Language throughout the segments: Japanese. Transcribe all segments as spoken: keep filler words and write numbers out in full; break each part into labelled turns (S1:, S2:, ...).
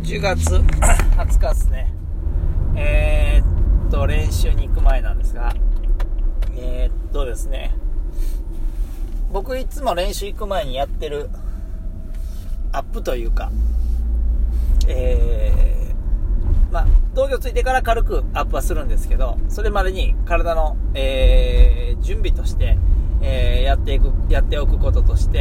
S1: じゅうがつはつかですね。えー、っと練習に行く前なんですが、えー、っとですね僕いつも練習行く前にやってるアップというか、えー、まあ道着ついてから軽くアップはするんですけど、それまでに体の、えー、準備として、えー、やっていくやっておくこととして、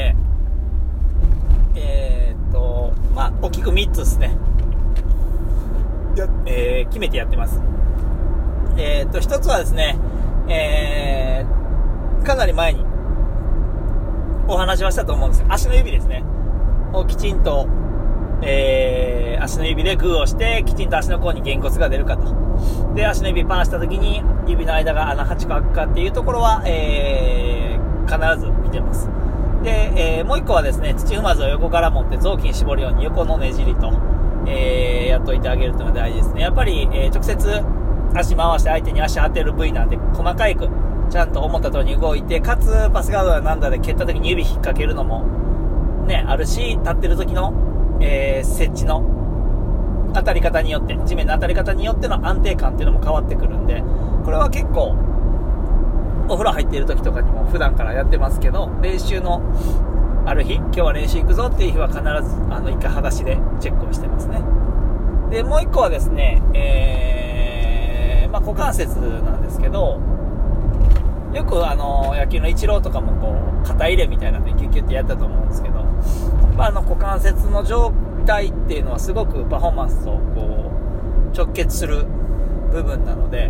S1: えー、っとまあ大きくみっつですね。やえー、決めてやってます。えー、っと一つはですね、えー、かなり前にお話はしたと思うんですけど、足の指ですねをきちんと、えー、足の指でグーをしてきちんと足の甲にげんこつが出るかと。で足の指パーした時に指の間が穴はちこ開くかっていうところは、えー、必ず見てます。で、えー、もう一個はですね、土踏まずを横から持って雑巾絞るように横のねじりと、えー、やっといてあげるというのが大事ですね。やっぱり、えー、直接足回して相手に足当てる部位なんで、細かいくちゃんと思った通りに動いて、かつパスガードはなんだで蹴った時に指引っ掛けるのもねあるし、立ってる時の、えー、接地の当たり方によって、地面の当たり方によっての安定感っていうのも変わってくるんで、これは結構お風呂入っている時とかにも普段からやってますけど、練習のある日、今日は練習行くぞっていう日は必ずあの一回裸足でチェックをしてますね。でもう一個はですね、えーまあ、股関節なんですけど、よくあの野球のイチローとかもこう肩入れみたいなのでキュッキュッてやったと思うんですけど、まあ、あの股関節の状態っていうのはすごくパフォーマンスとこう直結する部分なので、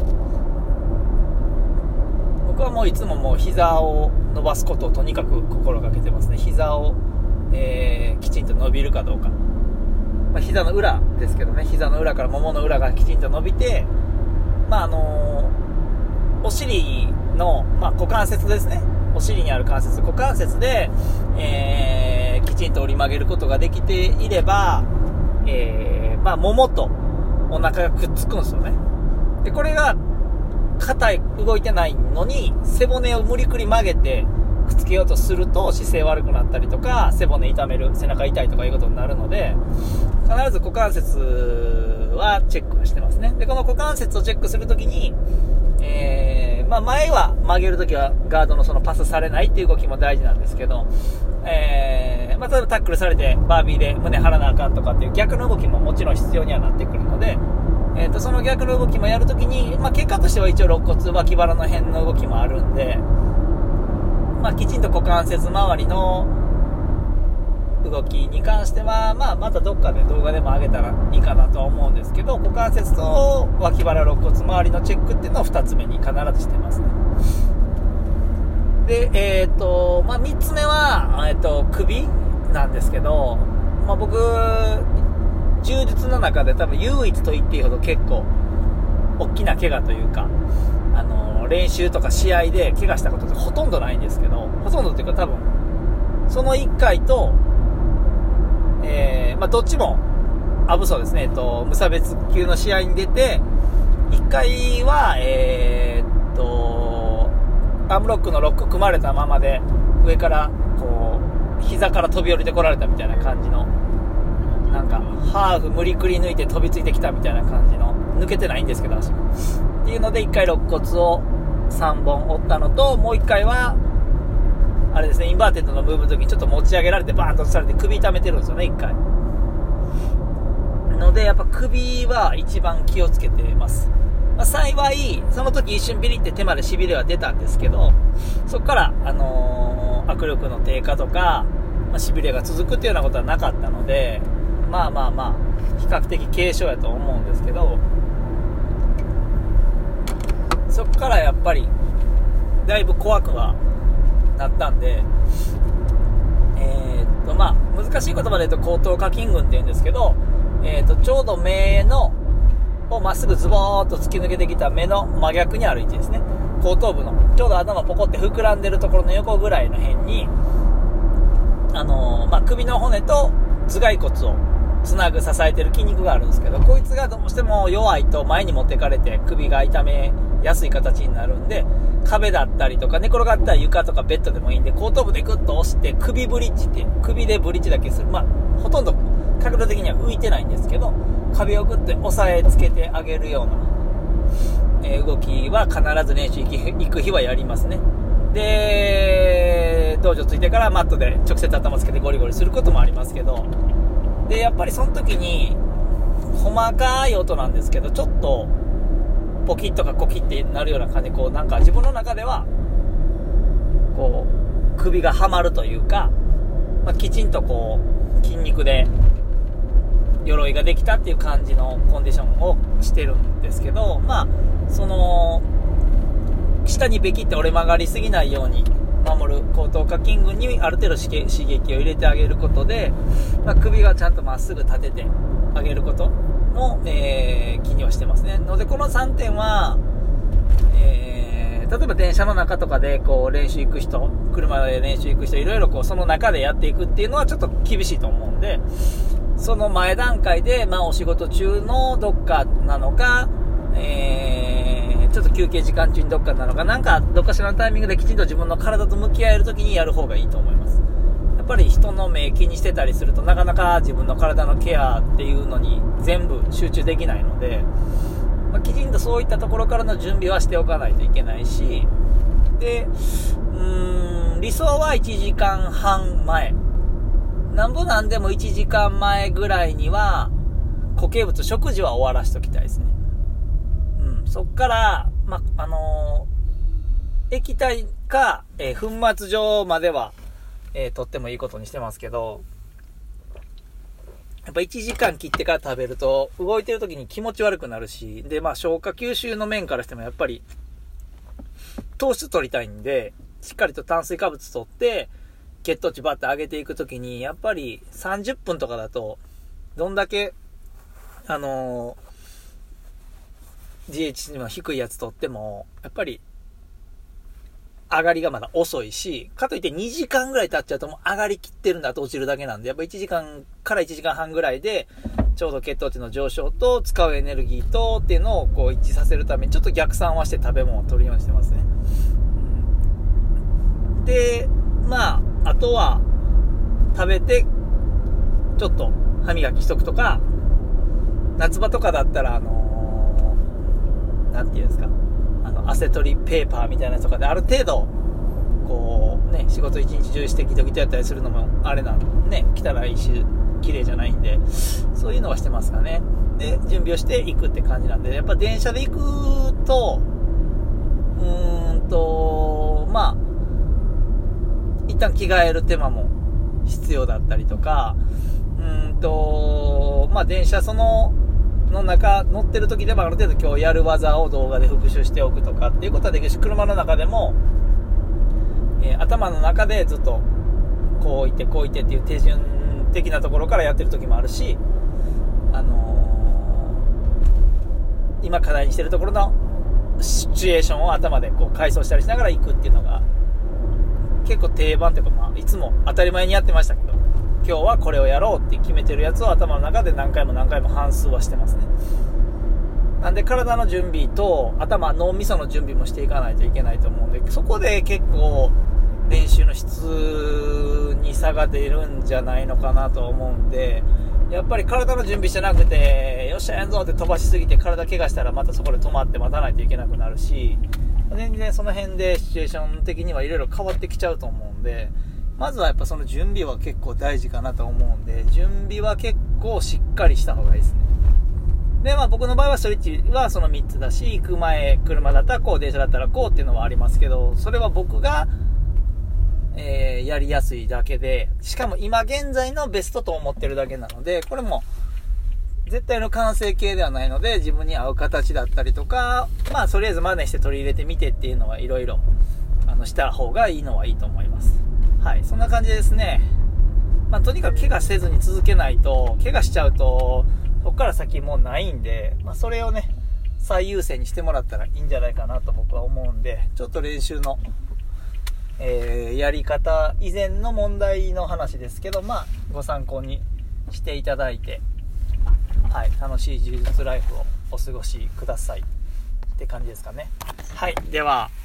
S1: 僕はもういつももう膝を伸ばすことをとにかく心がけてますね。膝を、えー、きちんと伸びるかどうか、まあ、膝の裏ですけどね、膝の裏からももの裏がきちんと伸びて、まああのー、お尻の、まあ、股関節ですね、お尻にある関節、股関節で、えー、きちんと折り曲げることができていれば、えーまあ、ももとお腹がくっつくんですよね。でこれが硬い動いてないのに背骨を無理くり曲げてくっつけようとすると姿勢悪くなったりとか、背骨痛める、背中痛いとかいうことになるので、必ず股関節はチェックしてますね。でこの股関節をチェックするときに、えーまあ、前は曲げるときはガードのそのパスされないっていう動きも大事なんですけど、えーまあ、例えばタックルされてバービーで胸張らなあかんとかっていう逆の動きももちろん必要にはなってくるので、えー、とその逆の動きもやるときに、まあ、結果としては一応肋骨脇腹の辺の動きもあるんで、まあ、きちんと股関節周りの動きに関しては、まあ、またどっかで動画でも上げたらいいかなとは思うんですけど、股関節と脇腹肋骨周りのチェックっていうのをふたつめに必ずしてますね。で、えーとまあ、みっつめは、えー、と首なんですけど、まあ、僕柔術の中で多分唯一と言っていいほど結構大きな怪我というか、あのー、練習とか試合で怪我したことってほとんどないんですけど、ほとんどっていうか多分そのいっかいと、えーまあ、どっちもアブソですね、えっと、無差別級の試合に出て、いっかいはえー、っとアームロックのロック組まれたままで上からこう膝から飛び降りてこられたみたいな感じの、なんかハーフ無理くり抜いて飛びついてきたみたいな感じの、抜けてないんですけど足っていうのでいっかい肋骨をさんぼん折ったのと、もういっかいはあれですね、インバーテッドのムーブの時にちょっと持ち上げられてバーンと落とされて首痛めてるんですよね、いっかいので、やっぱ首は一番気をつけてます。まあ、幸いその時一瞬ビリって手までしびれは出たんですけど、そこから、あのー、握力の低下とか、まあ、しびれが続くっていうようなことはなかったので、まあまあまあ比較的軽症やと思うんですけど、そこからやっぱりだいぶ怖くはなったんで、えー、っとまあ難しい言葉で言うと後頭下筋群って言うんですけど、えー、っとちょうど目のをまっすぐズボーっと突き抜けてきた目の真逆にある位置ですね。後頭部のちょうど頭ポコって膨らんでるところの横ぐらいの辺に、あのーまあ、首の骨と頭蓋骨をつなぐ支えてる筋肉があるんですけど、こいつがどうしても弱いと前に持ってかれて首が痛めやすい形になるんで、壁だったりとか寝転がったら床とかベッドでもいいんで、後頭部でグッと押して首ブリッジって、首でブリッジだけする、まあほとんど角度度的には浮いてないんですけど、壁をグッと押さえつけてあげるような、えー、動きは必ず練習行く日はやりますね。で、道場ついてからマットで直接頭つけてゴリゴリすることもありますけど、でやっぱりその時に細かい音なんですけど、ちょっとポキッとかコキッってなるような感じで、こうなんか自分の中ではこう首がはまるというか、まあ、きちんとこう筋肉で鎧ができたっていう感じのコンディションをしてるんですけど、まあその下にベキって折れ曲がりすぎないように守る後頭下筋群にある程度刺激を入れてあげることで、まあ、首がちゃんとまっすぐ立ててあげることも、えー、気にはしてますね。のでこのさんてんは、えー、例えば電車の中とかでこう練習行く人、車で練習行く人、いろいろこうその中でやっていくっていうのはちょっと厳しいと思うんで、その前段階で、まあ、お仕事中のどっかなのか、えー、ちょっと休憩時間中にどっかなのか、なんかどっかしらのタイミングできちんと自分の体と向き合えるときにやる方がいいと思います。やっぱり人の目気にしてたりすると、なかなか自分の体のケアっていうのに全部集中できないので、まあ、きちんとそういったところからの準備はしておかないといけないし、で、うーん、理想はいちじかんはんまえ、なんぼなんでもいちじかんまえぐらいには固形物食事は終わらしときたいですね。うん、そっから、ま、あのー、液体か、えー、粉末状までは、えー、取ってもいいことにしてますけど、やっぱいちじかん切ってから食べると動いてる時に気持ち悪くなるし、で、まあ消化吸収の面からしてもやっぱり糖質取りたいんで、しっかりと炭水化物取って血糖値バッて上げていくときに、やっぱりさんじゅっぷんとかだとどんだけあのー、ジーエイチ の低いやつ取ってもやっぱり上がりがまだ遅いし、かといってにじかんぐらい経っちゃうともう上がりきってるんだと落ちるだけなんで、やっぱいちじかんからいちじかんはんぐらいでちょうど血糖値の上昇と使うエネルギーとっていうのをこう一致させるためにちょっと逆算はして食べ物を取るようにしてますね。で、まああとは食べてちょっと歯磨きしとくとか、夏場とかだったらあのー、なんていうんですか、あの汗取りペーパーみたいなやつとかである程度こうね、仕事一日中してギトギトやったりするのもあれなんでね、汚いし綺麗じゃないんで、そういうのはしてますかね。で準備をしていくって感じなんで、やっぱ電車で行くとうーんとまあ一旦着替える手間も必要だったりとか、うーんとまあ電車そのの中乗ってる時でもある程度今日やる技を動画で復習しておくとかっていうことはできるし、車の中でも、えー、頭の中でずっとこういてこういてっていう手順的なところからやってる時もあるし、あのー、今課題にしてるところのシチュエーションを頭でこう回想したりしながら行くっていうのが結構定番というか、まあいつも当たり前にやってましたけど、今日はこれをやろうって決めてるやつを頭の中で何回も何回も反数はしてますね。なんで体の準備と頭、脳みその準備もしていかないといけないと思うんで、そこで結構練習の質に差が出るんじゃないのかなと思うんで、やっぱり体の準備してなくてよっしゃやんぞって飛ばしすぎて体怪我したらまたそこで止まって待たないといけなくなるし、全然その辺でシチュエーション的にはいろいろ変わってきちゃうと思うんで、まずはやっぱその準備は結構大事かなと思うんで、準備は結構しっかりした方がいいですね。で、まあ僕の場合はストレッチはそのみっつだし、行く前車だったらこう、電車だったらこうっていうのはありますけど、それは僕が、えー、やりやすいだけで、しかも今現在のベストと思ってるだけなので、これも絶対の完成形ではないので、自分に合う形だったりとか、まあとりあえず真似して取り入れてみてっていうのはいろいろあのした方がいいのはいいと思います。はい、そんな感じですね。まあとにかく怪我せずに続けないと、怪我しちゃうとそこから先もうないんで、まあそれをね最優先にしてもらったらいいんじゃないかなと僕は思うんで、ちょっと練習の、えー、やり方以前の問題の話ですけど、まあご参考にしていただいて、はい、楽しい充実ライフをお過ごしくださいって感じですかね。はい、では